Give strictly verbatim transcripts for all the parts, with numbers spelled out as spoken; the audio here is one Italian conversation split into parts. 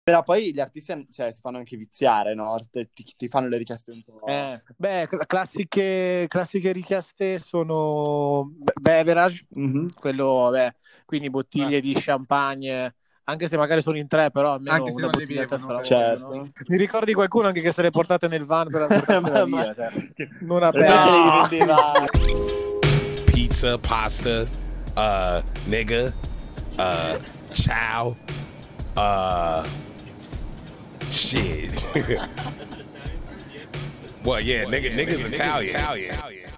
Però poi gli artisti, cioè, si fanno anche viziare, no? Ti, ti fanno le richieste un po'. Eh, beh, classiche, classiche richieste sono beverage, mm-hmm. quello, vabbè, quindi bottiglie eh. di champagne, anche se magari sono in tre, però almeno anche una bottiglia a testa la certo. vogliono. Mi ricordi qualcuno anche che se le portate nel van per portarsela via, cioè, non ha perso. Pizza, pasta, uh, nigga, uh, ciao, uh, shit. Well, yeah, nigga, yeah, nigga's Italian. Italian.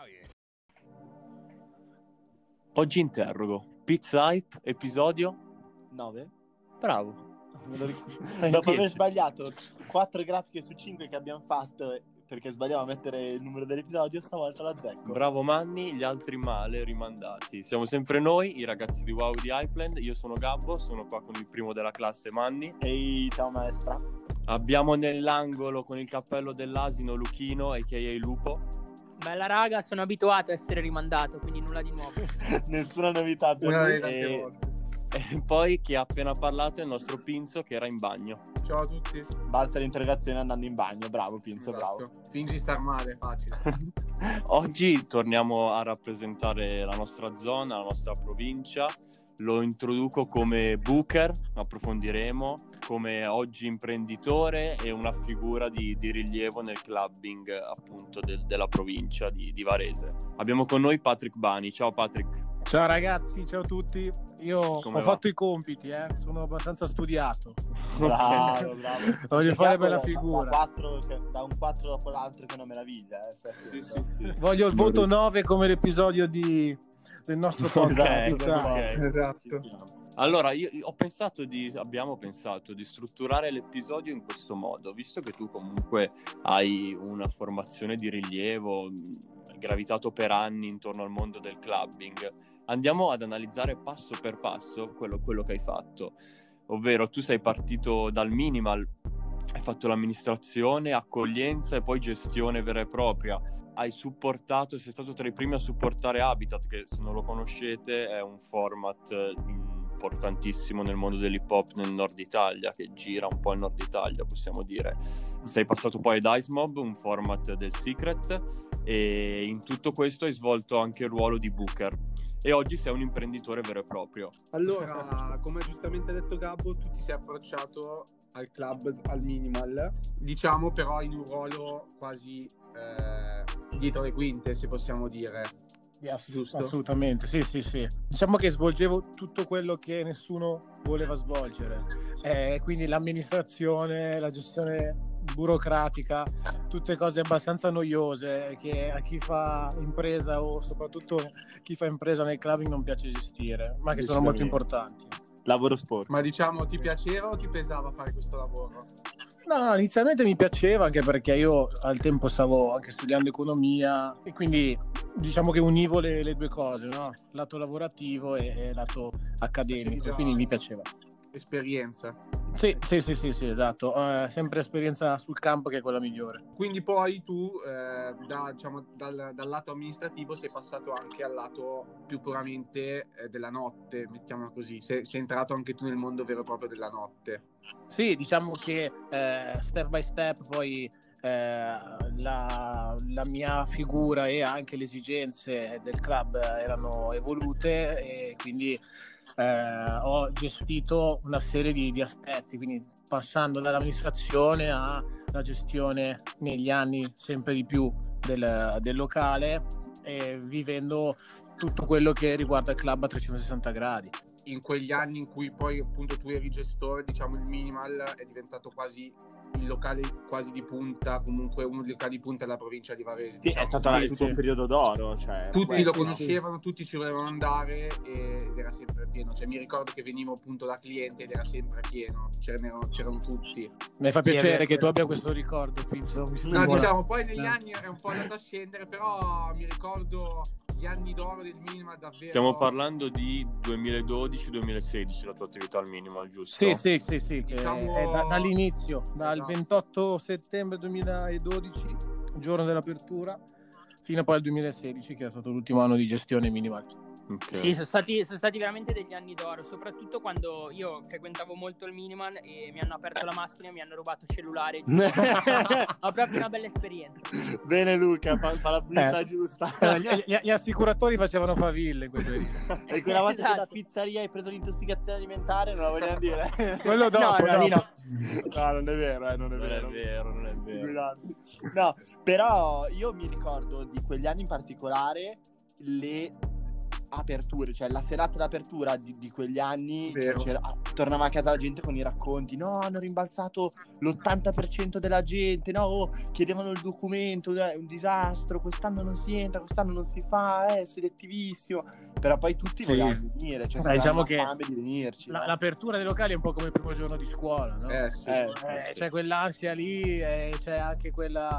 Oggi interrogo. Pizza Hype, episodio nove. Bravo. Dopo aver sbagliato quattro grafiche su cinque che abbiamo fatto perché sbagliavo a mettere il numero dell'episodio, stavolta la zecco. Bravo Manni, gli altri male, rimandati. Siamo sempre noi, i ragazzi di Wow di Hypeland. Io sono Gabbo, sono qua con il primo della classe, Manni. Ehi, ciao maestra. Abbiamo nell'angolo con il cappello dell'asino Luchino, a k a. Lupo. Bella raga, sono abituato a essere rimandato, quindi nulla di nuovo. Nessuna novità per Una me. E... e poi chi ha appena parlato è il nostro Pinzo che era in bagno. Ciao a tutti. Balza l'interrogazione andando in bagno, bravo Pinzo, esatto. Bravo. Fingi star male, facile. Oggi torniamo a rappresentare la nostra zona, la nostra provincia. Lo introduco come booker, approfondiremo, come oggi imprenditore e una figura di, di rilievo nel clubbing appunto del, della provincia di, di Varese. Abbiamo con noi Patrick Bani. Ciao Patrick. Ciao ragazzi, ciao a tutti. Io Come ho va? fatto i compiti, eh? Sono abbastanza studiato. Bravo, bravo. Voglio fare bella figura. Da, quattro, da un quattro dopo l'altro che è una meraviglia. Eh? Sì, sì, sì. Voglio il voto nove come l'episodio di... del nostro podcast. Okay, okay. Esatto. Allora, io, io ho pensato di, abbiamo pensato di strutturare l'episodio in questo modo, visto che tu comunque hai una formazione di rilievo, hai gravitato per anni intorno al mondo del clubbing, andiamo ad analizzare passo per passo quello, quello che hai fatto, ovvero tu sei partito dal minimal, hai fatto l'amministrazione, accoglienza e poi gestione vera e propria. Hai supportato, sei stato tra i primi a supportare Habitat, che se non lo conoscete è un format importantissimo nel mondo dell'hip hop nel nord Italia, che gira un po' il nord Italia, possiamo dire. Sei passato poi ad Ice Mob, un format del Secret, e in tutto questo hai svolto anche il ruolo di booker. E oggi sei un imprenditore vero e proprio. Allora, come giustamente ha detto Gabbo, tu ti sei approcciato al club, al minimal, diciamo però in un ruolo quasi eh, dietro le quinte, se possiamo dire. Yes, giusto? Assolutamente, sì, sì, sì. Diciamo che svolgevo tutto quello che nessuno voleva svolgere. Eh, quindi l'amministrazione, la gestione burocratica, tutte cose abbastanza noiose che a chi fa impresa o soprattutto chi fa impresa nel clubbing non piace gestire, ma che sono molto importanti. Lavoro sporco. Ma diciamo, ti piaceva o ti pesava fare questo lavoro? No, no, inizialmente mi piaceva, anche perché io al tempo stavo anche studiando economia e quindi diciamo che univo le, le due cose, no? Lato lavorativo e, e lato accademico, quindi mi piaceva. Esperienza. Sì, sì, sì, sì, sì, esatto. Uh, sempre esperienza sul campo che è quella migliore. Quindi poi tu, eh, da, diciamo, dal, dal lato amministrativo sei passato anche al lato più puramente eh, della notte, mettiamola così. Sei, sei entrato anche tu nel mondo vero e proprio della notte. Sì, diciamo che eh, step by step poi eh, la, la mia figura e anche le esigenze del club erano evolute e quindi eh, ho gestito una serie di, di aspetti, quindi passando dall'amministrazione alla gestione negli anni sempre di più del, del locale e vivendo tutto quello che riguarda il club a trecentosessanta gradi. In quegli anni in cui poi appunto tu eri gestore, diciamo il minimal è diventato quasi il locale quasi di punta, comunque uno dei locali di punta della provincia di Varese. Sì, diciamo. è stato sì, il suo sì. periodo d'oro, cioè tutti questo, lo conoscevano, sì. Tutti ci volevano andare ed era sempre pieno, cioè mi ricordo che venivo appunto da cliente ed era sempre pieno, c'erano, c'erano tutti. Mi fa piacere che tu abbia questo ricordo, Pinzo. No, diciamo poi negli anni è un po' andato a scendere, però mi ricordo gli anni d'oro del minimal davvero. Stiamo parlando di duemiladodici duemilasedici la tua attività al minimal, giusto? Sì, sì, sì, sì, che diciamo... è da, dall'inizio, dal esatto. ventotto settembre duemiladodici, giorno dell'apertura, fino poi al duemilasedici, che è stato l'ultimo anno di gestione minimal. Okay. Sì, sono stati, sono stati veramente degli anni d'oro, soprattutto quando io frequentavo molto il Miniman e mi hanno aperto la macchina e mi hanno rubato il cellulare. Ho proprio una bella esperienza. Bene Luca, fa, fa la pubblicità Eh. giusta. Gli, gli- gli assicuratori facevano faville in quel periodo. E quella volta che da Esatto. pizzeria hai preso l'intossicazione alimentare, non la vogliamo dire. Quello dopo, no, lì dopo. No, non è vero, eh, non è Non è vero. vero, non è vero. Figurarsi. No, però io mi ricordo di quegli anni in particolare le aperture, cioè la serata d'apertura di, di quegli anni, cioè, Vero. c'era- ah, tornava a casa la gente con i racconti, no, hanno rimbalzato l'ottanta per cento della gente, no, oh, chiedevano il documento, è un disastro, quest'anno non si entra, quest'anno non si fa, è selettivissimo, però poi tutti Sì. volevano venire, cioè Dai, diciamo la che fame di venirci. La- no? l'apertura dei locali è un po' come il primo giorno di scuola, no? Eh sì. Eh, Eh, c'è quell'ansia lì e c'è anche quella,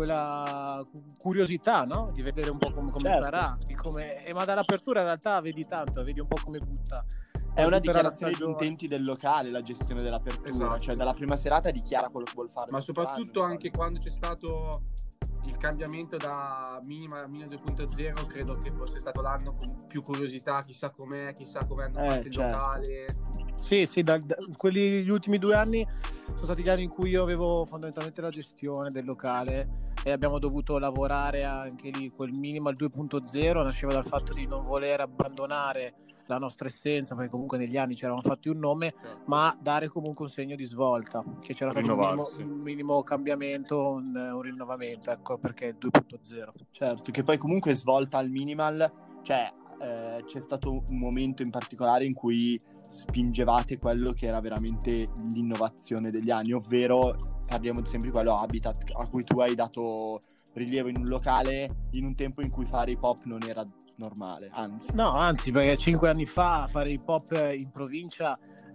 quella cu- curiosità, no? Di vedere un po' come, come Certo. sarà, di come... eh, ma dall'apertura in realtà vedi tanto, vedi un po' come butta. È una tutta la dichiarazione di stagione. intenti del locale, la gestione dell'apertura, Esatto. cioè dalla prima serata dichiara quello che vuol fare. Ma per tutto soprattutto l'anno, anche quando c'è stato il cambiamento da minima a Mina due punto zero, credo che fosse stato l'anno con più curiosità, chissà com'è, chissà come hanno Eh, fatto il certo. locale. Sì, sì, da, da- quelli, gli ultimi due anni sono stati gli anni in cui io avevo fondamentalmente la gestione del locale e abbiamo dovuto lavorare anche lì. Quel Minimal due punto zero nasceva dal fatto di non voler abbandonare la nostra essenza, perché comunque negli anni ci eravamo fatti un nome, ma dare comunque un segno di svolta, che c'era stato un minimo, Rinnovarsi. un minimo cambiamento, un, un rinnovamento, ecco perché due punto zero. Certo, che poi comunque svolta al minimal, cioè eh, c'è stato un momento in particolare in cui spingevate quello che era veramente l'innovazione degli anni, ovvero parliamo sempre di quello Habitat a cui tu hai dato rilievo in un locale in un tempo in cui fare hip hop non era normale, anzi. No, anzi, perché cinque anni fa fare hip hop in provincia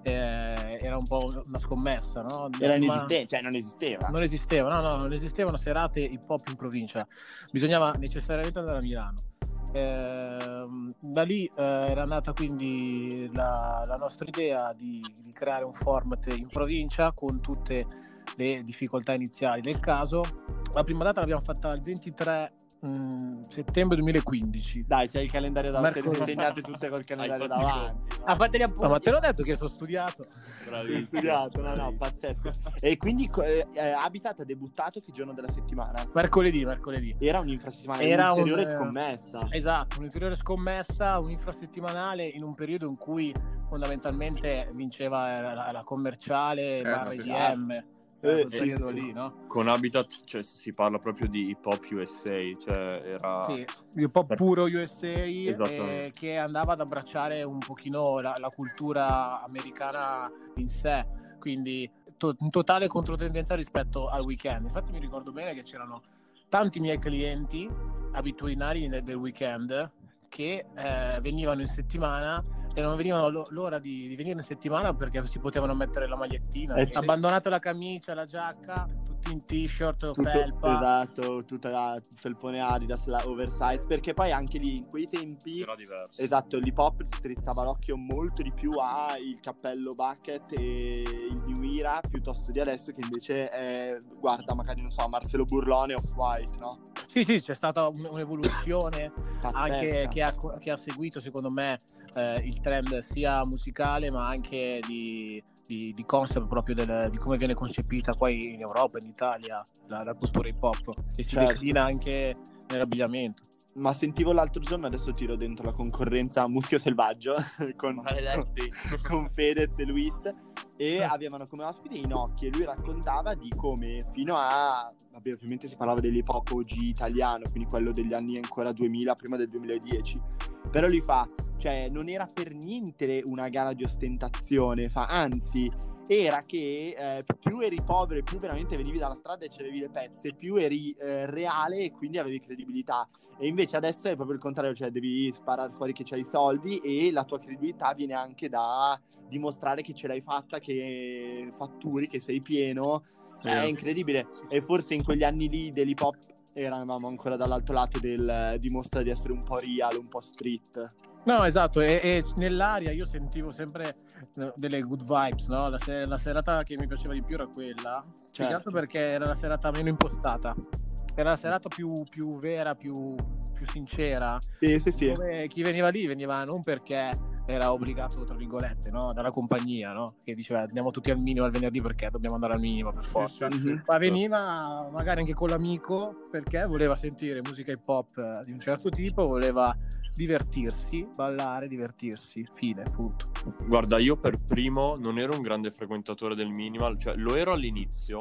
eh, era un po' una scommessa, no? Era Ma- inesistente, cioè non esisteva. Non esisteva, no, no, non esistevano serate hip hop in provincia, bisognava necessariamente andare a Milano. Ehm, da lì eh, era nata quindi la, la nostra idea di, di creare un format in provincia con tutte le difficoltà iniziali del caso. La prima data l'abbiamo fatta il ventitré mm, settembre duemilaquindici. Dai, c'è il calendario davanti, te le Mercoledì. insegnate tutte col calendario Hai fatti davanti. Ha fatto gli appunti. No, ma te l'ho detto che ho studiato. Hai Bravissimo. studiato, no, no, pazzesco. E quindi eh, eh, Habitat ha debuttato che giorno della settimana? Mercoledì, mercoledì. Era un'infrasettimanale, Era un- un'ulteriore scommessa. Esatto, un'ulteriore scommessa, un'infrasettimanale in un periodo in cui fondamentalmente vinceva la, la commerciale, barra ma I D esatto. M, Eh, quel sì, periodo sì. lì, no? Con Habitat, cioè, si parla proprio di hip hop U S A, cioè era... Sì, un po' puro U S A Esattamente. eh, che andava ad abbracciare un pochino la, la cultura americana in sé, quindi to- in totale controtendenza rispetto al weekend. Infatti mi ricordo bene che c'erano tanti miei clienti abitudinari de- del weekend che eh, venivano in settimana e non venivano lo- l'ora di, di venire in settimana perché si potevano mettere la magliettina, Eh, sì. abbandonata la camicia, la giacca, tutti in t-shirt, Tutto, felpa. esatto, tutta la felpone Adidas, la oversize, perché poi anche lì in quei tempi, era diverso. esatto, l'hip hop si strizzava l'occhio molto di più a il cappello bucket e il New Era piuttosto di adesso che invece è, guarda, magari non so, Marcelo Burlone o Off-White, no? Sì, sì, c'è stata un- un'evoluzione Pazzesca. anche che ha, che ha seguito secondo me eh, il trend sia musicale ma anche di, di, di concept proprio del- di come viene concepita poi in Europa, in Italia la, la cultura hip hop che si Certo. declina anche nell'abbigliamento. Ma sentivo l'altro giorno, adesso tiro dentro la conconcorrenza Muschio Selvaggio con, Maledetti. con Fedez e Luis e avevano come ospite Inoki e lui raccontava di come fino a, vabbè, ovviamente si parlava dell'hip hop O G italiano, quindi quello degli anni ancora duemila, prima del duemiladieci, però lui fa, cioè non era per niente una gara di ostentazione, fa, anzi era che eh, più eri povero e più veramente venivi dalla strada e c'avevi le pezze, più eri eh, reale e quindi avevi credibilità. E invece adesso è proprio il contrario, cioè devi sparare fuori che c'hai i soldi e la tua credibilità viene anche da dimostrare che ce l'hai fatta, che fatturi, che sei pieno. È Vero. incredibile. E forse in quegli anni lì dell'hip hop eravamo ancora dall'altro lato del dimostra di essere un po' real, un po' street. No, esatto, e, e nell'aria io sentivo sempre eh, delle good vibes, no? La, se- la serata che mi piaceva di più era quella, più che Certo. altro perché era la serata meno impostata, era la serata più, più vera, più più sincera, Sì, sì, sì. dove chi veniva lì veniva non perché era obbligato, tra virgolette, no? Dalla compagnia, no? Che diceva andiamo tutti al minimo al venerdì perché dobbiamo andare al minimo per forza, Mhm. ma veniva magari anche con l'amico perché voleva sentire musica hip hop di un certo tipo, voleva divertirsi, ballare, divertirsi, fine, punto. Guarda, io per primo non ero un grande frequentatore del minimal, cioè lo ero all'inizio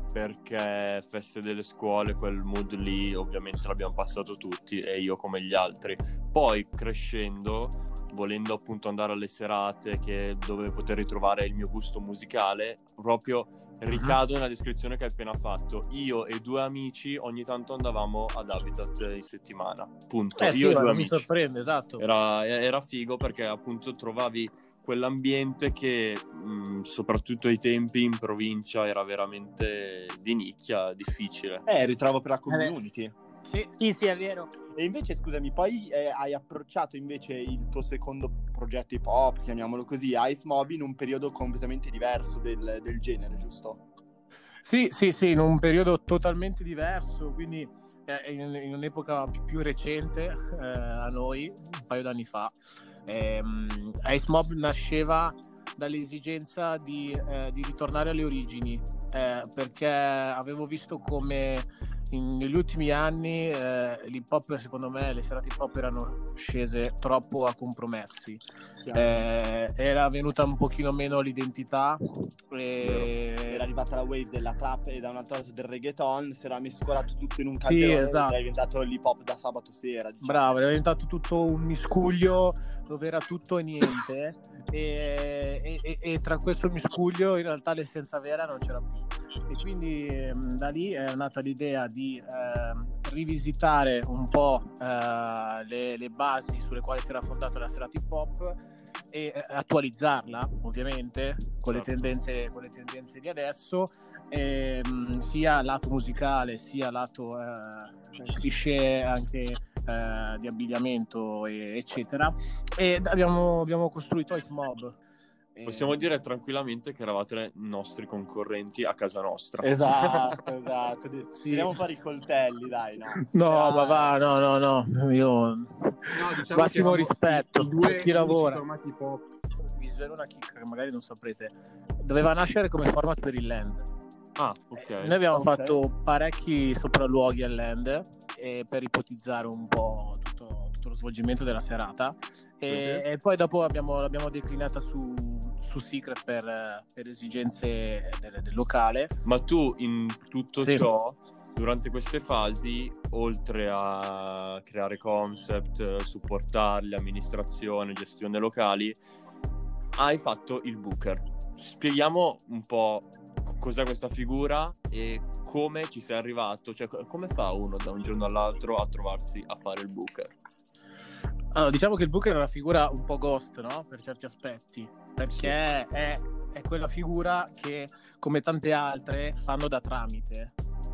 perché feste delle scuole, quel mood lì ovviamente l'abbiamo passato tutti e io come gli altri. Poi crescendo, volendo appunto andare alle serate che, dove poter ritrovare il mio gusto musicale, proprio ricado nella descrizione che hai appena fatto. Io e due amici ogni tanto andavamo ad Habitat in settimana, punto. Eh io sì, e due guarda, mi amici. sorprende, esatto. Era, era figo perché appunto trovavi quell'ambiente che mh, soprattutto ai tempi in provincia era veramente di nicchia, difficile. Eh, ritrovo per la community. Sì. Sì, sì, è vero. E invece, scusami, poi eh, hai approcciato invece il tuo secondo progetto hip hop, chiamiamolo così, Ice Mob, in un periodo completamente diverso del, del genere, giusto? Sì, sì, sì, in un periodo totalmente diverso, quindi eh, in, in un'epoca più, più recente eh, a noi, un paio d'anni fa. Ehm, Ice Mob nasceva dall'esigenza di, eh, di ritornare alle origini, eh, perché avevo visto come in, negli ultimi anni eh, l'hip hop, secondo me, le serate hip hop erano scese troppo a compromessi. Eh, era venuta un pochino meno l'identità e... Era arrivata la wave della trap e da un'altra cosa del reggaeton, si era mescolato tutto in un Sì, calderone esatto. ed è diventato l'hip hop da sabato sera, diciamo. Bravo, era diventato tutto un miscuglio dove era tutto e niente e, e, e, e tra questo miscuglio in realtà l'essenza vera non c'era più, e quindi ehm, da lì è nata l'idea di ehm, rivisitare un po' eh, le, le basi sulle quali si era fondata la serata hip hop e eh, attualizzarla ovviamente con le Certo. tendenze con le tendenze di adesso, ehm, sia lato musicale sia lato eh, cliché anche eh, di abbigliamento e, eccetera, e abbiamo, abbiamo costruito Ice Mob. E- Possiamo dire tranquillamente che eravate i nostri concorrenti a casa nostra. Esatto, esatto. Di- Sì. Tiriamo fuori i coltelli, dai, no? No, Era- ma va, no, no, no, io No, diciamo massimo che eravamo rispetto i, i due per chi unici lavora. formati hip hop. Vi svelo una chicca che magari non saprete. Doveva nascere come format per il Land. Ah, ok. Noi abbiamo Ok. fatto parecchi sopralluoghi al Land e per ipotizzare un po' tutto, tutto lo svolgimento della serata e, Mhm. e poi dopo abbiamo, l'abbiamo declinata su, su Secret per, per esigenze del, del locale. Ma tu in tutto Sì. ciò, durante queste fasi, oltre a creare concept, eh, supportarli, amministrazione, gestione locali, hai fatto il booker. Spieghiamo un po' cos'è questa figura e come ci sei arrivato, cioè co- come fa uno da un giorno all'altro a trovarsi a fare il booker? Allora, diciamo che il Booker è una figura un po' ghost, no? Per certi aspetti, perché è, è quella figura che, come tante altre, fanno da tramite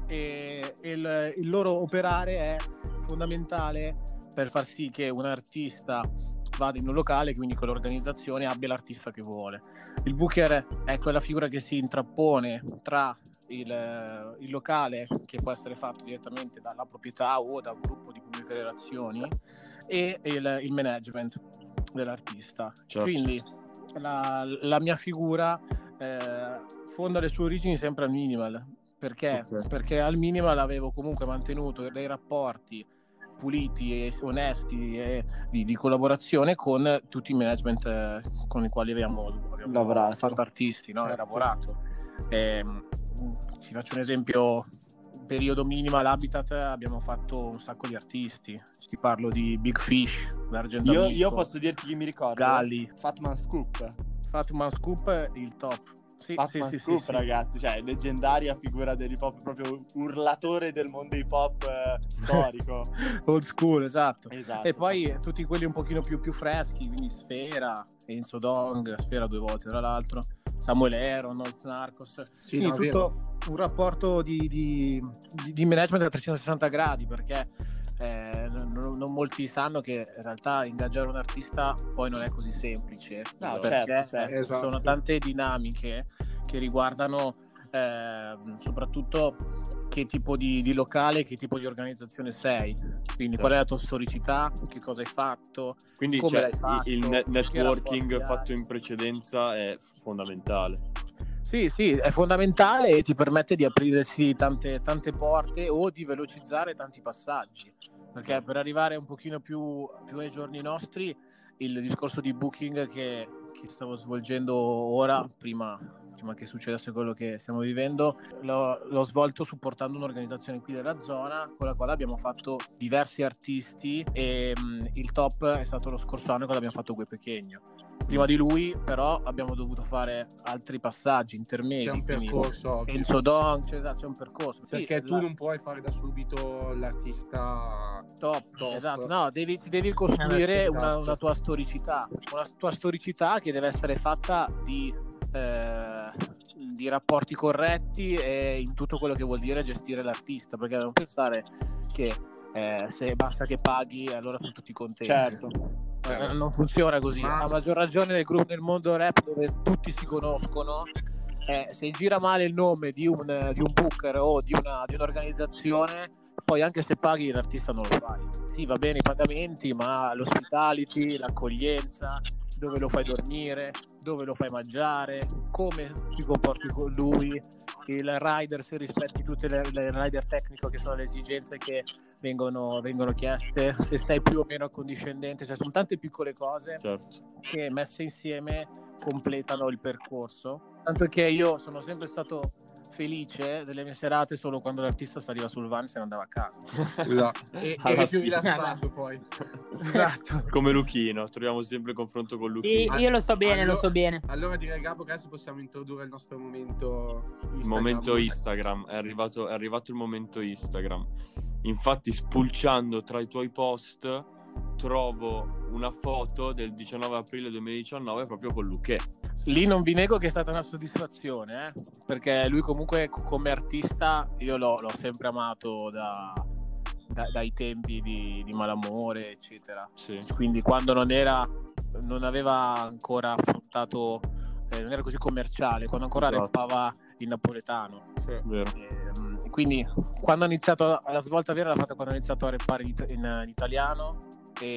e il, il loro operare è fondamentale per far sì che un artista vada in un locale, quindi con l'organizzazione abbia l'artista che vuole. Il Booker è quella figura che si intrappone tra il, il locale, che può essere fatto direttamente dalla proprietà o da un gruppo di pubbliche relazioni, e il, il management dell'artista. Certo. Quindi la, la mia figura eh, fonda le sue origini sempre al minimal. Perché? Ok. Perché al minimal avevo comunque mantenuto dei rapporti puliti e onesti e di, di collaborazione con tutti i management eh, con i quali abbiamo, abbiamo Lavorato. fatto artisti, no? E Certo. lavorato. Ehm, ti faccio un esempio: periodo minimal Habitat abbiamo fatto un sacco di artisti, ti parlo di Big Fish, l'Argento Io, Amico, io posso dirti che mi ricordo. Galli, Fatman Scoop. Fatman Scoop, il top. Sì, Fatman sì, sì, Scoop, sì, sì. ragazzi, cioè leggendaria figura dell'hip hop, proprio urlatore del mondo hip hop eh, storico. Old school, esatto. Esatto. E poi tutti quelli un pochino più, più freschi, quindi Sfera, Enzo Dong, Sfera due volte tra l'altro, Samuel Aaron, Old Narcos. Sì, Quindi no, è tutto un rapporto di, di, di, di management a trecentosessanta gradi, perché eh, non, non molti sanno che in realtà ingaggiare un artista poi non è così semplice, No, perché certo, certo. Esatto. sono tante dinamiche che riguardano eh, soprattutto che tipo di, di locale, che tipo di organizzazione sei, quindi qual è la tua storicità, che cosa hai fatto, Quindi come cioè, l'hai fatto, il net- networking che rapporti fatto hai. in precedenza è fondamentale. Sì, sì, è fondamentale e ti permette di aprirsi tante, tante porte o di velocizzare tanti passaggi, perché per arrivare un pochino più, più ai giorni nostri, il discorso di booking che, che stavo svolgendo ora, prima, prima che succedesse quello che stiamo vivendo, l'ho, l'ho svolto supportando un'organizzazione qui della zona con la quale abbiamo fatto diversi artisti e mh, il top è stato lo scorso anno quando abbiamo fatto Gue Pechegno. Prima di lui però abbiamo dovuto fare altri passaggi intermedi. C'è un percorso, ovvio. Il Sodong, c'è, c'è un percorso. Perché sì, tu la... non puoi fare da subito l'artista top, top. Esatto, no, devi, devi costruire Eh, una, esatto. una tua storicità, una tua storicità che deve essere fatta di, eh, di rapporti corretti e in tutto quello che vuol dire gestire l'artista, perché non pensare che eh, se basta che paghi allora sono tutti contenti. Certo. Eh, non funziona così. Ma... a maggior ragione nel gruppo, nel mondo rap dove tutti si conoscono, eh, se gira male il nome di un, di un booker o di, una, di un'organizzazione, poi anche se paghi l'artista non lo fai. Sì, va bene i pagamenti, ma l'hospitality, l'accoglienza, dove lo fai dormire, dove lo fai mangiare, come ti comporti con lui, il rider, se rispetti tutte le, le rider tecnico che sono le esigenze che vengono, vengono chieste, se sei più o meno accondiscendente, cioè sono tante piccole cose, certo, che messe insieme completano il percorso. Tanto che io sono sempre stato felice delle mie serate solo quando l'artista saliva sul van e se ne andava a casa. Esatto. E eri più rilassato poi. Esatto. Come Luchino, troviamo sempre il confronto con Luchino. Sì, io lo so bene, allora, lo so bene. Allora direi, Gabbo, che adesso possiamo introdurre il nostro momento Instagram. Il momento Instagram, è arrivato, è arrivato il momento Instagram. Infatti, spulciando tra i tuoi post trovo una foto del diciannove aprile duemiladiciannove proprio con Luché. Lì non vi nego che è stata una soddisfazione, eh? Perché lui comunque come artista io l'ho, l'ho sempre amato da, da, dai tempi di, di Malamore, eccetera. Sì. Quindi quando non era, non aveva ancora affrontato, eh, non era così commerciale, quando ancora Esatto. rappava in napoletano. Vero. E, quindi quando ha iniziato, la svolta vera l'ha fatta quando ha iniziato a rappare in, in, in italiano,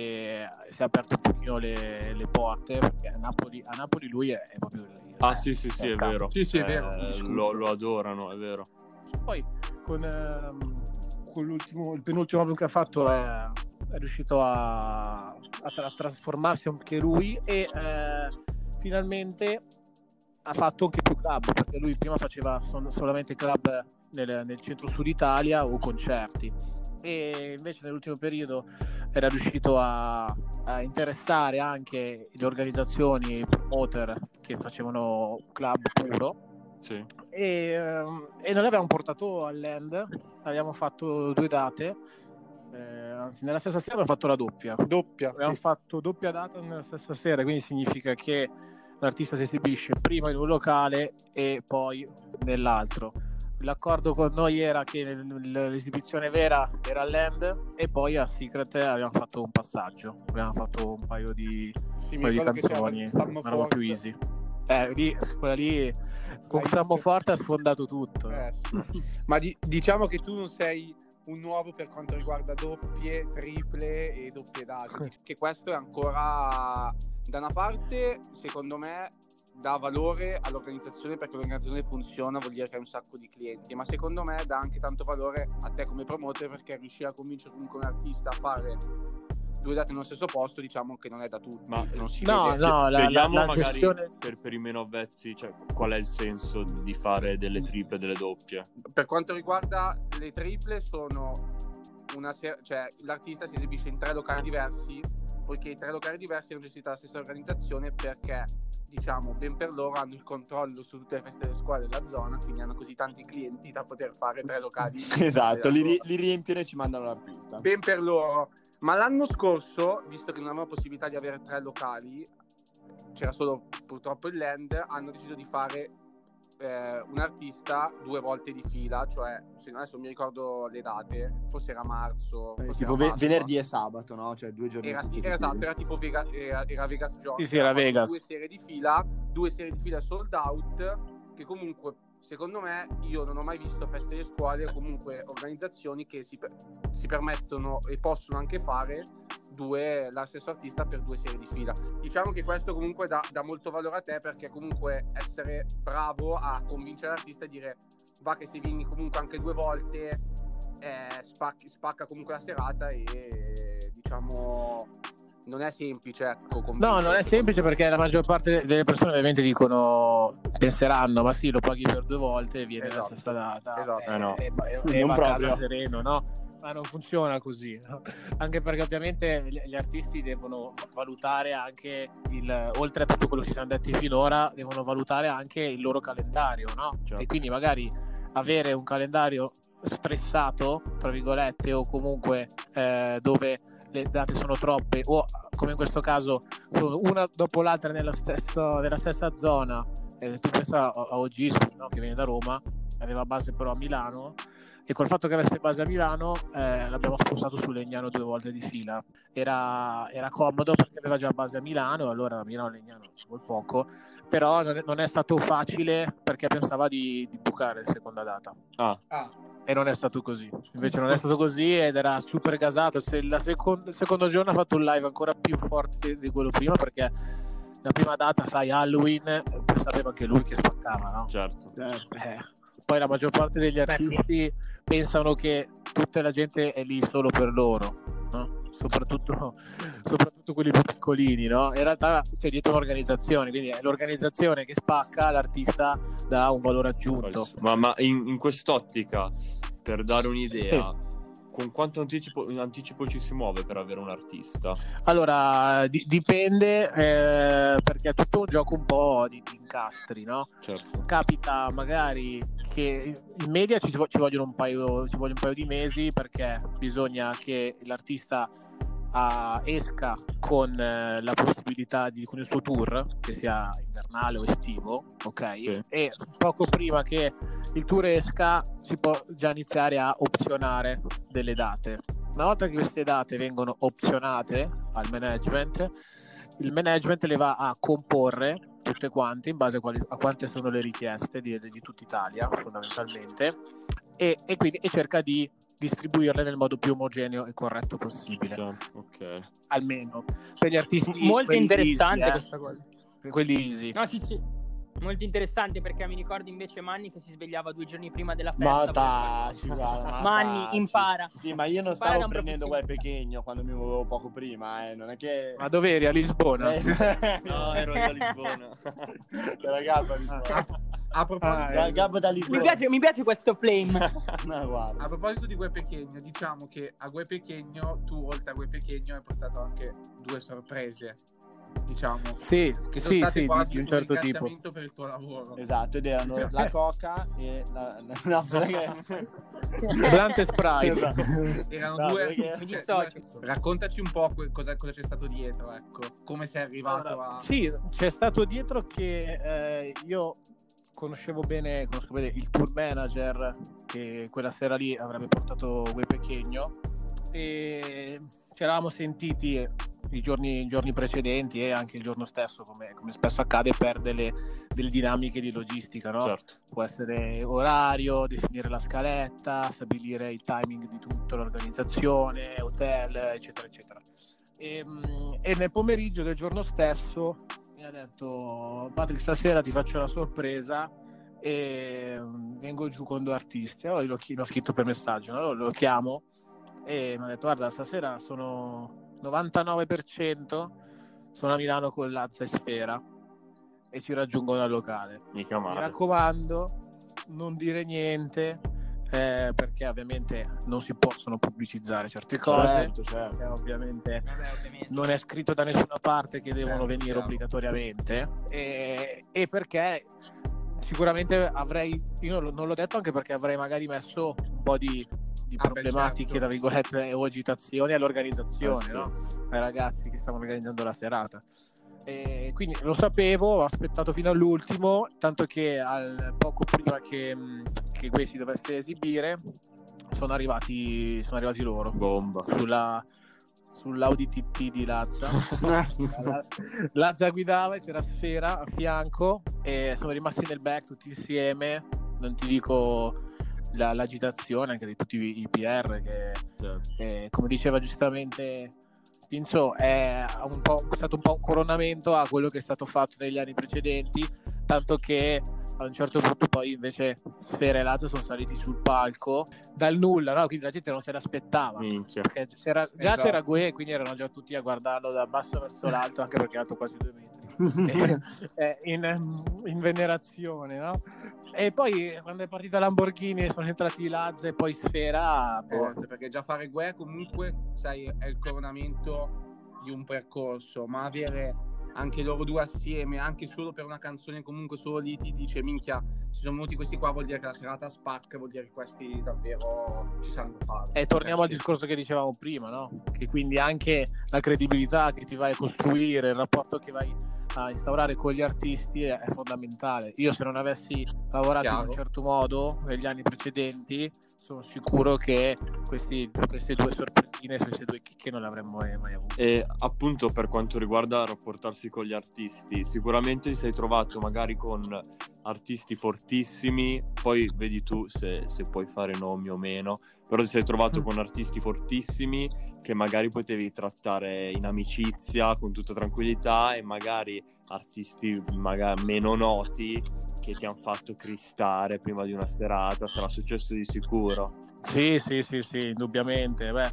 e si è aperto un pochino le, le porte, perché a Napoli, a Napoli lui è, è proprio il, Ah sì sì sì, è capo. vero. Sì, sì, è Eh, vero. lo, lo adorano, è vero. Poi con, ehm, con l'ultimo, il penultimo album che ha fatto è, è riuscito a, a, tra- a trasformarsi anche lui e eh, finalmente ha fatto anche più club, perché lui prima faceva son- solamente club nel, nel centro-sud Italia o concerti, e invece nell'ultimo periodo era riuscito a, a interessare anche le organizzazioni, i promoter che facevano club puro. Sì. E, ehm, e noi l'abbiamo portato all'End, abbiamo fatto due date, eh, anzi nella stessa sera abbiamo fatto la doppia Doppia. abbiamo Sì. fatto doppia data nella stessa sera, quindi significa che l'artista si esibisce prima in un locale e poi nell'altro. L'accordo con noi era che l'esibizione vera era all'End e poi a Secret abbiamo fatto un passaggio, abbiamo fatto un paio di, Sì, un mi paio di ricordo che c'era canzoni, Stammo una roba Forte. più easy. Eh, lì, quella lì con Hai Stammo detto- Forte ha sfondato tutto. Eh, sì. Ma di- diciamo che tu non sei un nuovo per quanto riguarda doppie, triple e doppie date. Che questo è ancora, da una parte, secondo me, dà valore all'organizzazione, perché l'organizzazione funziona, vuol dire che hai un sacco di clienti, ma secondo me dà anche tanto valore a te come promoter, perché riuscire a convincere comunque un artista a fare due date nello stesso posto, diciamo che non è da tutti. Ma non si no, vede. no, la, Spieghiamo la, la magari gestione... per, per i meno avvezzi, cioè, qual è il senso di fare delle triple e delle doppie? Per quanto riguarda le triple, sono una ser- cioè l'artista si esibisce in tre locali diversi, poiché i tre locali diversi hanno gestito la stessa organizzazione, perché diciamo ben per loro hanno il controllo su tutte le feste delle scuole della zona, quindi hanno così tanti clienti da poter fare tre locali. Esatto, li, ri- li riempiono e ci mandano l'artista. Ben per loro. Ma l'anno scorso, visto che non avevano possibilità di avere tre locali, c'era solo purtroppo il Land, hanno deciso di fare eh, un artista due volte di fila, cioè se adesso non mi ricordo le date, forse era marzo, Eh, forse tipo era ve- Pasqua. venerdì e sabato, no? Cioè due giorni Era, consecutivi. era esatto, era tipo Vega, era, era Vegas Jones. Sì, sì, era Hanno fatto Vegas. Due serie di fila, due serie di fila sold out, che comunque secondo me, io non ho mai visto feste di scuole o comunque organizzazioni che si, per- si permettono e possono anche fare due la stesso artista per due serie di fila. Diciamo che questo comunque dà, dà molto valore a te, perché comunque essere bravo a convincere l'artista e dire va che se vieni comunque anche due volte eh, spacchi, spacca comunque la serata, e diciamo non è semplice, ecco. No, non è semplice, perché la maggior parte delle persone ovviamente dicono, penseranno, ma sì, lo paghi per due volte e viene Esatto. la stessa data. Esatto. E, Eh no. e, e, e Non va a proprio. casa sereno, no? Ma non funziona così, no? Anche perché ovviamente gli, gli artisti devono valutare anche il, oltre a tutto quello che ci siamo detti finora, devono valutare anche il loro calendario, no? Certo. E quindi magari avere un calendario stressato, tra virgolette, o comunque eh, dove le date sono troppe, o come in questo caso una dopo l'altra nella stessa, nella stessa zona. Eh, tu pensa a O G, no? Che viene da Roma, aveva base però a Milano, e col fatto che avesse base a Milano eh, l'abbiamo spostato su Legnano due volte di fila. Era, era comodo perché aveva già base a Milano, allora a Milano Legnano ci vuole poco, però non è, non è stato facile perché pensava di, di bucare la seconda data. Ah, Ah, E non è stato così, invece non è stato così ed era super gasato. Se la seconda, il secondo giorno ha fatto un live ancora più forte di quello prima, perché la prima data, sai, Halloween, sapeva anche lui che spaccava, no? certo. Eh, poi la maggior parte degli artisti pensano che tutta la gente è lì solo per loro, no? Soprattutto, soprattutto quelli più piccolini, no? In realtà c'è dietro un'organizzazione, quindi è l'organizzazione che spacca, l'artista dà un valore aggiunto. Ma, ma in, in quest'ottica, per dare un'idea, Sì. con quanto anticipo, anticipo ci si muove per avere un artista? Allora, di- dipende, eh, perché è tutto un gioco un po' di, di incastri, no? Certo. Capita magari che in media ci, ci vogliono un paio, ci vogliono un paio di mesi, perché bisogna che l'artista ah, esca con eh, la possibilità di con il suo tour, che sia invernale o estivo, ok? Sì. E poco prima che il tour esca si può già iniziare a opzionare delle date. Una volta che queste date vengono opzionate al management, il management le va a comporre tutte quante in base a, quali, a quante sono le richieste di, di tutta Italia, fondamentalmente, e, e quindi e cerca di distribuirle nel modo più omogeneo e corretto possibile, Ok. almeno per gli artisti Molto quelli interessante easy, eh. questa cosa. Quelli easy. No, sì, sì. Molto interessante, perché mi ricordo invece Manni che si svegliava due giorni prima della Ma festa. taci, guarda, ma Manni, taci. impara. Sì, ma io non Impara da stavo un prendendo quel professionista. pechegno quando mi muovevo poco prima, eh. Non è che... Ma dove eri? A Lisbona? Eh, No, ero io a Lisbona. Era Gabbo a Lisbona. a proposito, Ah, Ga- Gabbo da Mi Lisbona. piace, mi piace questo flame. No, guarda. a proposito di Gue Pechegno, diciamo che a Gue Pechegno tu, oltre a Gue Pechegno, hai portato anche due sorprese, diciamo, Sì, che sono sì, state sì, di, quasi di un un certo tipo. ringraziamento per il tuo lavoro. Esatto, ed erano la coca e la... No, perché... Blunt e Sprite. Esatto. Erano No, due, perché- Mi cioè, dissocio. due- raccontaci un po' que- cosa, cosa c'è stato dietro, ecco, come sei arrivato Allora, a... sì, c'è stato dietro che eh, io conoscevo bene, conosco bene il tour manager che quella sera lì avrebbe portato Gue Pechegno, e ci eravamo sentiti i giorni, i giorni precedenti e anche il giorno stesso, come, come spesso accade per delle, delle dinamiche di logistica, no? Certo. Può essere orario, definire la scaletta, stabilire il timing di tutta l'organizzazione, hotel, eccetera, eccetera. E, mh, e nel pomeriggio del giorno stesso mi ha detto: Patrick, stasera ti faccio una sorpresa e mh, vengo giù con due artisti. Allora io l'ho, chi- l'ho scritto per messaggio, no? Allora lo chiamo e mi ha detto: guarda, stasera sono novantanove per cento, sono a Milano con Lazza e Sfera e ci raggiungono al locale. Mica Mi male. raccomando, non dire niente, eh, perché ovviamente non si possono pubblicizzare certe cose. Certo, certo. Eh, ovviamente Vabbè, ovviamente. non è scritto da nessuna parte che devono Certo, venire chiaro. obbligatoriamente, e, e perché sicuramente avrei, io non non l'ho detto anche perché avrei magari messo un po' di, di Ah, beh, problematiche, certo. tra virgolette, o agitazioni all'organizzazione, Eh, sì. no? Ai ragazzi che stavano organizzando la serata. E quindi lo sapevo, ho aspettato fino all'ultimo, tanto che al, poco prima che, mh, che Gue si dovesse esibire sono arrivati, sono arrivati loro Bomba. sulla sull'Audi T T di Lazza. La- Lazza guidava e c'era Sfera a fianco e sono rimasti nel back tutti insieme non ti dico la, l'agitazione anche di tutti i, i P R che, Certo. eh, come diceva giustamente Pinzo, è un po', è stato un po' un coronamento a quello che è stato fatto negli anni precedenti, tanto che a un certo punto poi invece Sfera e Lazio sono saliti sul palco dal nulla, no? Quindi la gente non se l'aspettava, Minchia. perché c'era, già Esatto. c'era Gue, quindi erano già tutti a guardarlo da basso verso l'alto, anche perché è alto quasi due metri. eh, in, in venerazione, no? E poi quando è partita Lamborghini e sono entrati Lazio e poi Sfera, boh, Forse, perché già fare guerra comunque, sai, è il coronamento di un percorso, ma avere anche loro due assieme, anche solo per una canzone, comunque solo lì ti dice minchia, si sono venuti questi qua, vuol dire che la serata spacca, vuol dire che questi davvero ci sanno fare. e torniamo al Sì. discorso che dicevamo prima, no? Che quindi anche la credibilità che ti vai a costruire, il rapporto che vai a instaurare con gli artisti è, è fondamentale. Io se non avessi lavorato Chiaro. in un certo modo negli anni precedenti, sono sicuro che questi, queste due sorpresine, queste due chicche non le avremmo mai, mai avute. E appunto per quanto riguarda rapportarsi con gli artisti, sicuramente ti sei trovato magari con artisti fortissimi, poi vedi tu se, se puoi fare nomi o meno, però ti sei trovato con artisti fortissimi che magari potevi trattare in amicizia, con tutta tranquillità, e magari artisti magari meno noti che ti hanno fatto cristare prima di una serata. Sarà successo di sicuro. Sì, sì, sì, sì, indubbiamente. Beh,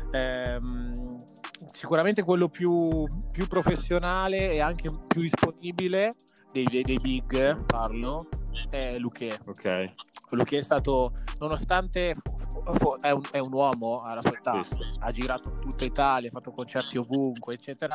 ehm, sicuramente quello più, più professionale e anche più disponibile dei, dei, dei big, parlo, è Luché. Ok. Luché è stato, nonostante fu- fu- è, un, è un uomo alla sua età, Questo. ha girato tutta Italia, ha fatto concerti ovunque, eccetera.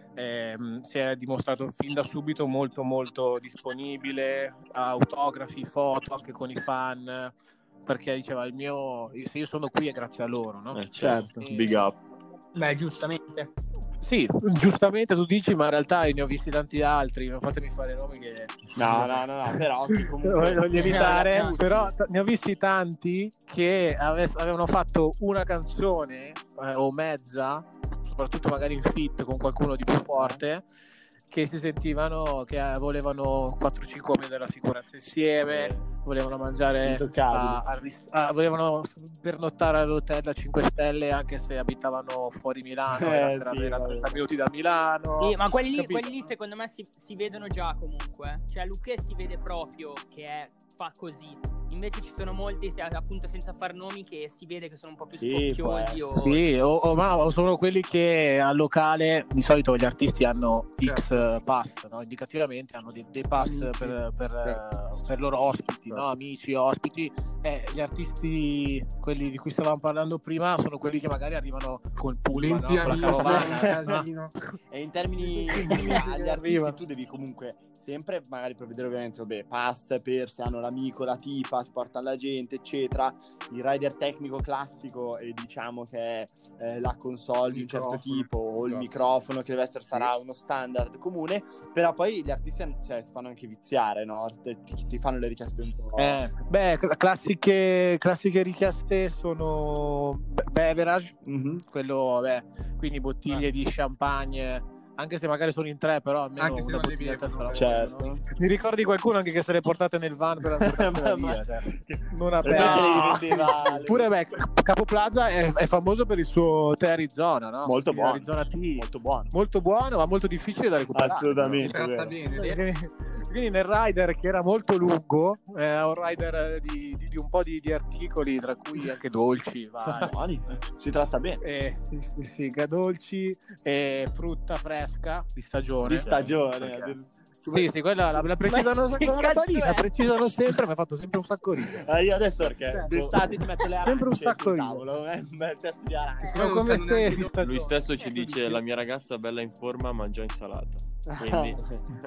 Ehm, si è dimostrato fin da subito molto molto disponibile, autografi, foto anche con i fan, perché diceva il mio, se io sono qui è grazie a loro, no? Eh, certo. E- Big up. Beh, giustamente. Sì, giustamente tu dici, ma in realtà ne ho visti tanti altri, non fatemi fare nomi che No, no, no, no, però che comunque... voglio evitare, Eh, però t- ne ho visti tanti che ave- avevano fatto una canzone eh, o mezza, soprattutto magari in feat con qualcuno di più forte, che si sentivano che eh, volevano quattro cinque uomini della sicurezza insieme, volevano mangiare Intoccabili. a- al ris- a- volevano pernottare all'hotel a cinque stelle anche se abitavano fuori Milano, Eh, e la serata sì, era vabbè. trenta minuti da Milano. Sì, ma quelli lì, capito? quelli lì secondo me si, si vedono già comunque. Cioè Luché si vede proprio che è, fa così. Invece ci sono molti, se- appunto senza far nomi, che si vede che sono un po' più Sì, può spocchiosi o... Sì, o, o, ma o sono quelli che al locale di solito gli artisti hanno X eh, pass, no? Indicativamente hanno dei, dei pass Amici. per, per, eh, per loro ospiti, no? Amici, ospiti. Eh, gli artisti, quelli di cui stavamo parlando prima, sono quelli che magari arrivano col pullman, no? venti Con la anni carovana, in no? casino. E in termini agli artisti tu devi comunque sempre magari prevedere ovviamente vabbè, pass per se hanno l'amico, la tipa, si portano la gente eccetera, il rider tecnico classico e diciamo che è eh, la console di un certo Microfono. tipo o il Esatto. microfono che deve essere sarà uno standard comune, però poi gli artisti cioè, si fanno anche viziare, no? Ti, ti fanno le richieste un po'. Eh, beh, cl- classiche, classiche richieste sono be- beverage, Mhm. quello, vabbè, quindi bottiglie di champagne, anche se magari sono in tre, però almeno Anche se una non le bottiglia a testa bevono, la certo. vogliono. Mi ricordi qualcuno anche che se le portate nel van per andarsene Ma- via, cioè, non E ha poi te le perso. rivendeva Pure beh, Capo Plaza è, è famoso per il suo tè Arizona, no? molto Quindi buono, Arizona Tea. molto buono. Molto buono, ma molto difficile da recuperare. Assolutamente. Si tratta vero. bene, vero? Quindi, quindi nel rider che era molto lungo, eh, un rider di, di- di un po' di, di articoli, tra cui anche dolci, vari. Buoni. Si tratta bene. Eh, sì, sì, sì, ga- dolci e frutta fresca di stagione. Di stagione. Perché- Sì, sì, quella la, la precisano, Ma che la cazzo balina, è? precisano sempre, mi ha fatto sempre un sacco ridere. Ah, io adesso perché Certo. d'estate ci metto le Sempre un arance sacco sul ridere. tavolo, eh, un bel test di arance. Sono non come sanno se neanche di loro. stagione. Lui stesso ci dice la mia ragazza bella in forma mangia insalata. Quindi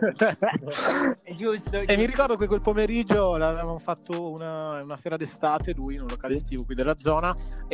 È giusto. E mi ricordo che quel pomeriggio l'avevamo fatto una, una sera d'estate, lui in un locale estivo qui della zona,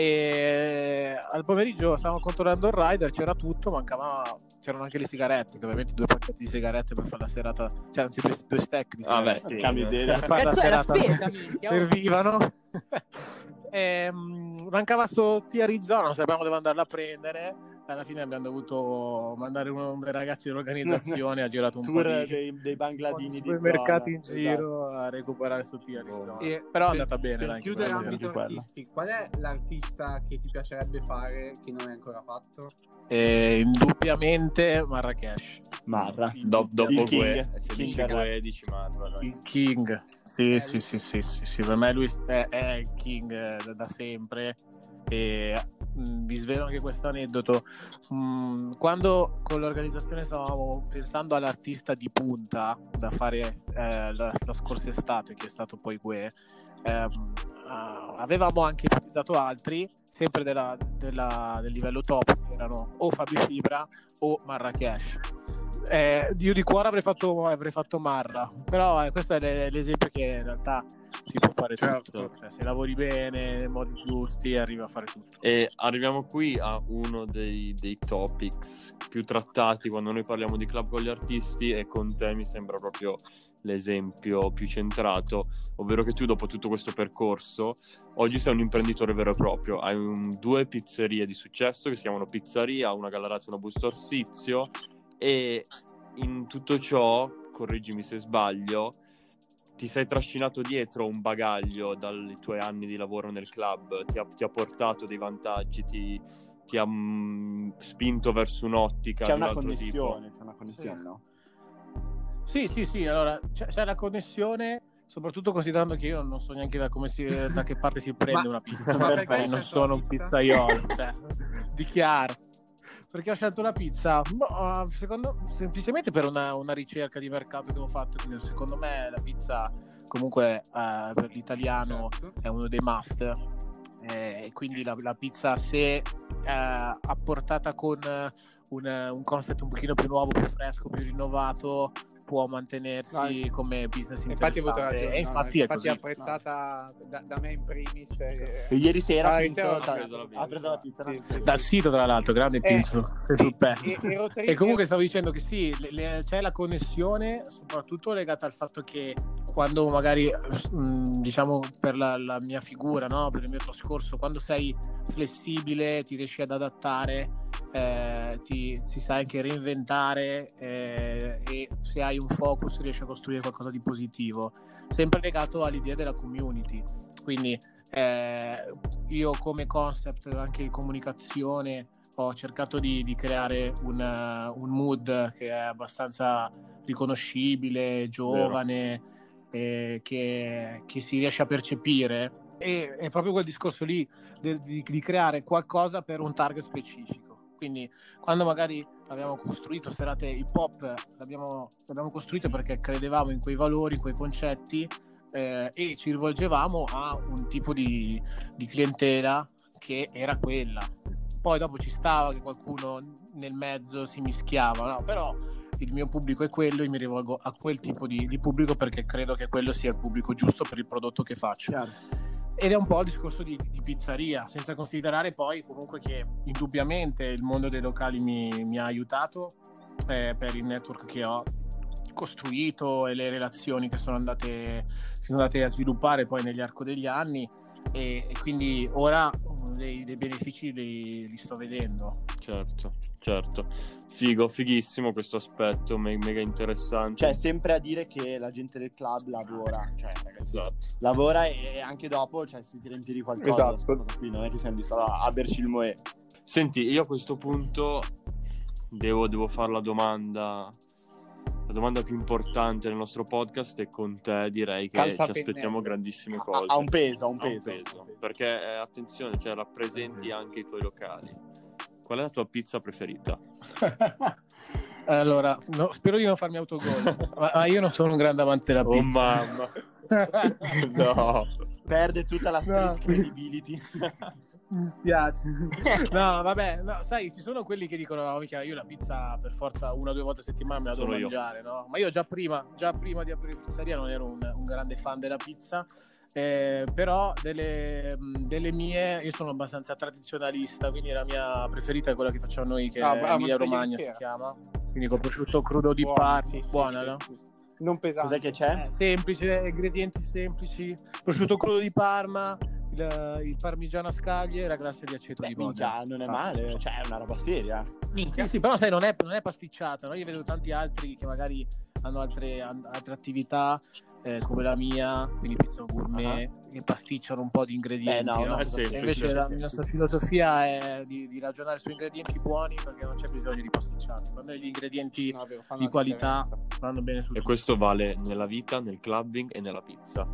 e al pomeriggio stavamo controllando il rider, c'era tutto, mancava, c'erano anche le sigarette, che ovviamente due pacchetti di sigarette per fare la serata, cioè anzi due, due stack di Ah, beh, sigarette. sì. Porca miseria. Per fare la Cazzo è la serata spesa, minchia, oh. servivano. E, mm, mancava sto T Arizona, non sapevamo dove andarla a prendere. alla fine abbiamo dovuto mandare uno dei ragazzi dell'organizzazione, ha girato un tour po' di, dei, dei bangladini di mercati in zona. giro a recuperare sto tiro di zona. E Però è per- andata bene, per dai, chiudere che l'ambito bello anche artistico, qual è l'artista che ti piacerebbe fare che non hai ancora fatto? E indubbiamente Marrakesh, Marra. Do- dopo Il King. Gue, se King dici era- Gue dici Marra, dai. il King. Sì, sì, sì, sì, sì, sì, per me lui è, è il King eh, da, da sempre. E mh, vi svelo anche questo aneddoto. Mh, quando con l'organizzazione stavamo pensando all'artista di punta da fare eh, la, la scorsa estate, che è stato poi Gue, ehm, uh, avevamo anche ipotizzato altri sempre della, della, del livello top, che erano o Fabio Fibra o Marrakesh. Eh, io di cuore avrei fatto, avrei fatto Marra, però eh, questo è le- l'esempio che in realtà si può fare Certo. tutto, cioè, se lavori bene nei modi giusti arrivi a fare tutto. E arriviamo qui a uno dei, dei topics più trattati quando noi parliamo di club con gli artisti, e con te mi sembra proprio l'esempio più centrato, ovvero che tu dopo tutto questo percorso oggi sei un imprenditore vero e proprio, hai un- due pizzerie di successo che si chiamano Pizzeria, una Gallarate e una Busto Orsizio, e in tutto ciò, correggimi se sbaglio, ti sei trascinato dietro un bagaglio dai tuoi anni di lavoro nel club, ti ha, ti ha portato dei vantaggi, ti, ti ha mm, spinto verso un'ottica C'è di un una altro connessione, tipo. c'è una connessione, no? Sì, sì, sì, allora c'è, c'è la connessione, soprattutto considerando che io non so neanche da, come si, da che parte si prende Ma- una pizza, ma perché hai non scelto sono la un pizza? pizzaiolo, cioè, dichiaro. Perché ho scelto la pizza? Boh, secondo, semplicemente per una, una ricerca di mercato che ho fatto, quindi secondo me la pizza comunque eh, per l'italiano Certo. è uno dei must, e quindi la, la pizza, se eh, apportata con un, un concept un pochino più nuovo, più fresco, più rinnovato, può mantenersi Vai. come business Infatti ho avuto interessante. ragione, E no, infatti, no, è così. apprezzata da, da me in primis. eh, E ieri sera Ah, ha ieri sera vinto- ha preso la pizza. ha preso la pizza. Sì, sì, Dal sì. sito, tra l'altro, grande Eh, Pinzo, sei sul pezzo. E, ero E triste- comunque stavo dicendo che sì, le- le- c'è la connessione soprattutto legata al fatto che quando magari, mh, diciamo per la, la mia figura, no? Per il mio trascorso, quando sei flessibile, ti riesci ad adattare, eh, ti, si sa anche reinventare, eh, e se hai un focus riesci a costruire qualcosa di positivo, sempre legato all'idea della community. Quindi eh, io come concept anche di comunicazione ho cercato di, di creare un, uh, un mood che è abbastanza riconoscibile, giovane, eh, che, che si riesce a percepire, e è proprio quel discorso lì de- di, di creare qualcosa per un target specifico. Quindi quando magari abbiamo costruito serate hip hop, l'abbiamo, l'abbiamo costruito perché credevamo in quei valori, in quei concetti, eh, e ci rivolgevamo a un tipo di, di clientela che era quella. Poi dopo ci stava che qualcuno nel mezzo si mischiava, no? Però il mio pubblico è quello, io mi rivolgo a quel tipo di, di pubblico perché credo che quello sia il pubblico giusto per il prodotto che faccio. Chiaro. Ed è un po' il discorso di, di pizzeria, senza considerare poi comunque che indubbiamente il mondo dei locali mi, mi ha aiutato, eh, per il network che ho costruito e le relazioni che sono andate, si sono andate a sviluppare poi negli arco degli anni, e, e quindi ora dei, dei benefici li, li sto vedendo. Certo, certo. Figo, fighissimo questo aspetto, me- mega interessante. Cioè, sempre a dire che la gente del club lavora, cioè, ragazzi, Esatto. lavora e anche dopo, cioè, si tira in piedi qualcosa. Esatto. Questa cosa qui non è che siamo lì solo a berci il moe. Senti, io a questo punto devo, devo fare la domanda, la domanda più importante del nostro podcast, e con te direi che Calza ci a aspettiamo pennello. grandissime Ha, cose. ha un peso, ha un Ha un peso. peso, perché eh, attenzione, cioè rappresenti anche i tuoi locali. Qual è la tua pizza preferita? Allora, no, spero di non farmi autogol, ma, ma io non sono un grande amante della Oh pizza. mamma. No. Perde tutta la street No. credibility. Mi spiace. No, vabbè, no, sai, ci sono quelli che dicono: no, mica, io la pizza per forza una o due volte a settimana me la devo Sono io. mangiare, no? Ma io già prima, già prima di aprire pizzeria non ero un, un grande fan della pizza, eh, però delle, mh, delle mie, io sono abbastanza tradizionalista, quindi la mia preferita è quella che facciamo noi, che Ah, è bravo, Emilia ma Romagna ieri si sera. chiama, quindi con prosciutto crudo di Buona, Parma, sì, sì, buona, sì, no? sì. Non pesante. Cos'è che c'è? Eh, semplice, ingredienti semplici, prosciutto crudo di Parma, il, il parmigiano a scaglie e la glassa di aceto Beh, di Modena. minchia, non è male, cioè è una roba seria. Sì, sì, però sai, non è, non è pasticciata, no? Io vedo tanti altri che magari hanno altre, an- altre attività eh, come la mia, quindi pizza gourmet, uh-huh. che pasticciano un po' di ingredienti. Beh, no, no? no, sì, E invece sì, la sì, nostra sì. filosofia è di, di ragionare su ingredienti buoni, perché non c'è bisogno di pasticciarli. Per noi gli ingredienti No, vero, fanno di la qualità differenza. vanno bene su E tutto. questo vale nella vita, nel clubbing e nella pizza.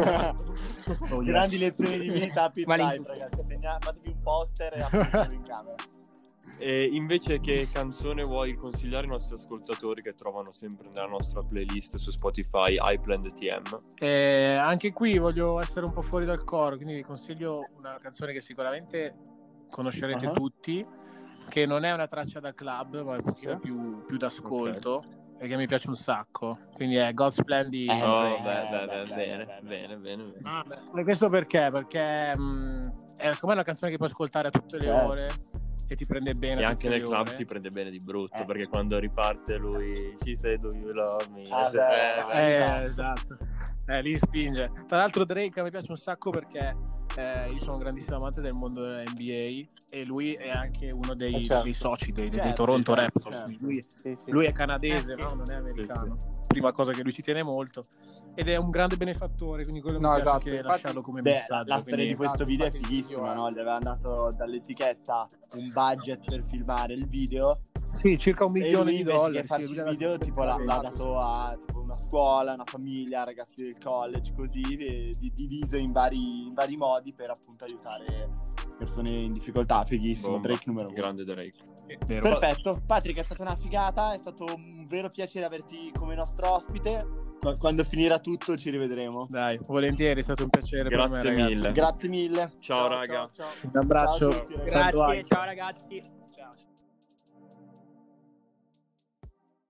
Oh, Grandi yes. lezioni di vita, Pit Vale in Life, tutto. ragazzi. Segna- fatevi un poster e appuntatelo in camera. E invece che canzone vuoi consigliare ai nostri ascoltatori che trovano sempre nella nostra playlist su Spotify iPlan T M? Eh, anche qui voglio essere un po' fuori dal coro, quindi vi consiglio una canzone che sicuramente conoscerete Uh-huh. tutti, che non è una traccia da club, ma è un pochino Sì. più, più d'ascolto, e che mi piace un sacco. Quindi è God's Plan di Eh, Oh, beh, beh, beh, beh, beh, beh, bene, beh, bene, bene, bene. Ah, beh. E questo perché? Perché mh, è secondo me una canzone che puoi ascoltare a tutte le Certo. ore e ti prende bene E a anche tutte nel le club ore. ti prende bene di brutto, Eh. perché quando riparte lui ci sei do you love me. Ah, Eh, beh, Eh, esatto. Eh, lì spinge. Tra l'altro Drake mi piace un sacco perché eh, io sono un grandissimo amante del mondo della N B A e lui è anche uno dei, Eh, certo. dei soci dei, dei Certo, Toronto certo, Raptors. certo. Lui, Sì, sì. lui è canadese, Eh, sì. no? Non è americano. Prima cosa che lui ci tiene molto. Ed è un grande benefattore, quindi quello No, mi piace esatto, anche infatti- lasciarlo come Beh, messaggio. la storia quindi- di questo Esatto, video è infatti il fighissima, video è- no? Gli avevano dato dall'etichetta un budget per filmare il video. Sì, circa un E milione lui di invece dollari. che sì, farci lui il l'ha- video tipo l'ha, l'ha Esatto. dato a tipo una scuola, una famiglia, ragazzi del college, così e di- diviso in vari, in vari modi per appunto aiutare persone in difficoltà. Fighissimo, Bomba. Drake numero uno. Grande Drake. Vero. Perfetto, Patrick, è stata una figata, è stato un vero piacere averti come nostro ospite. Qu- Quando finirà tutto ci rivedremo. Dai, volentieri, è stato un piacere per me, Grazie ragazzi. mille. Grazie mille. Ciao, raga. ciao. Un abbraccio. Ciao a tutti, ragazzi. Quando Grazie, hai. ciao ragazzi. Ciao.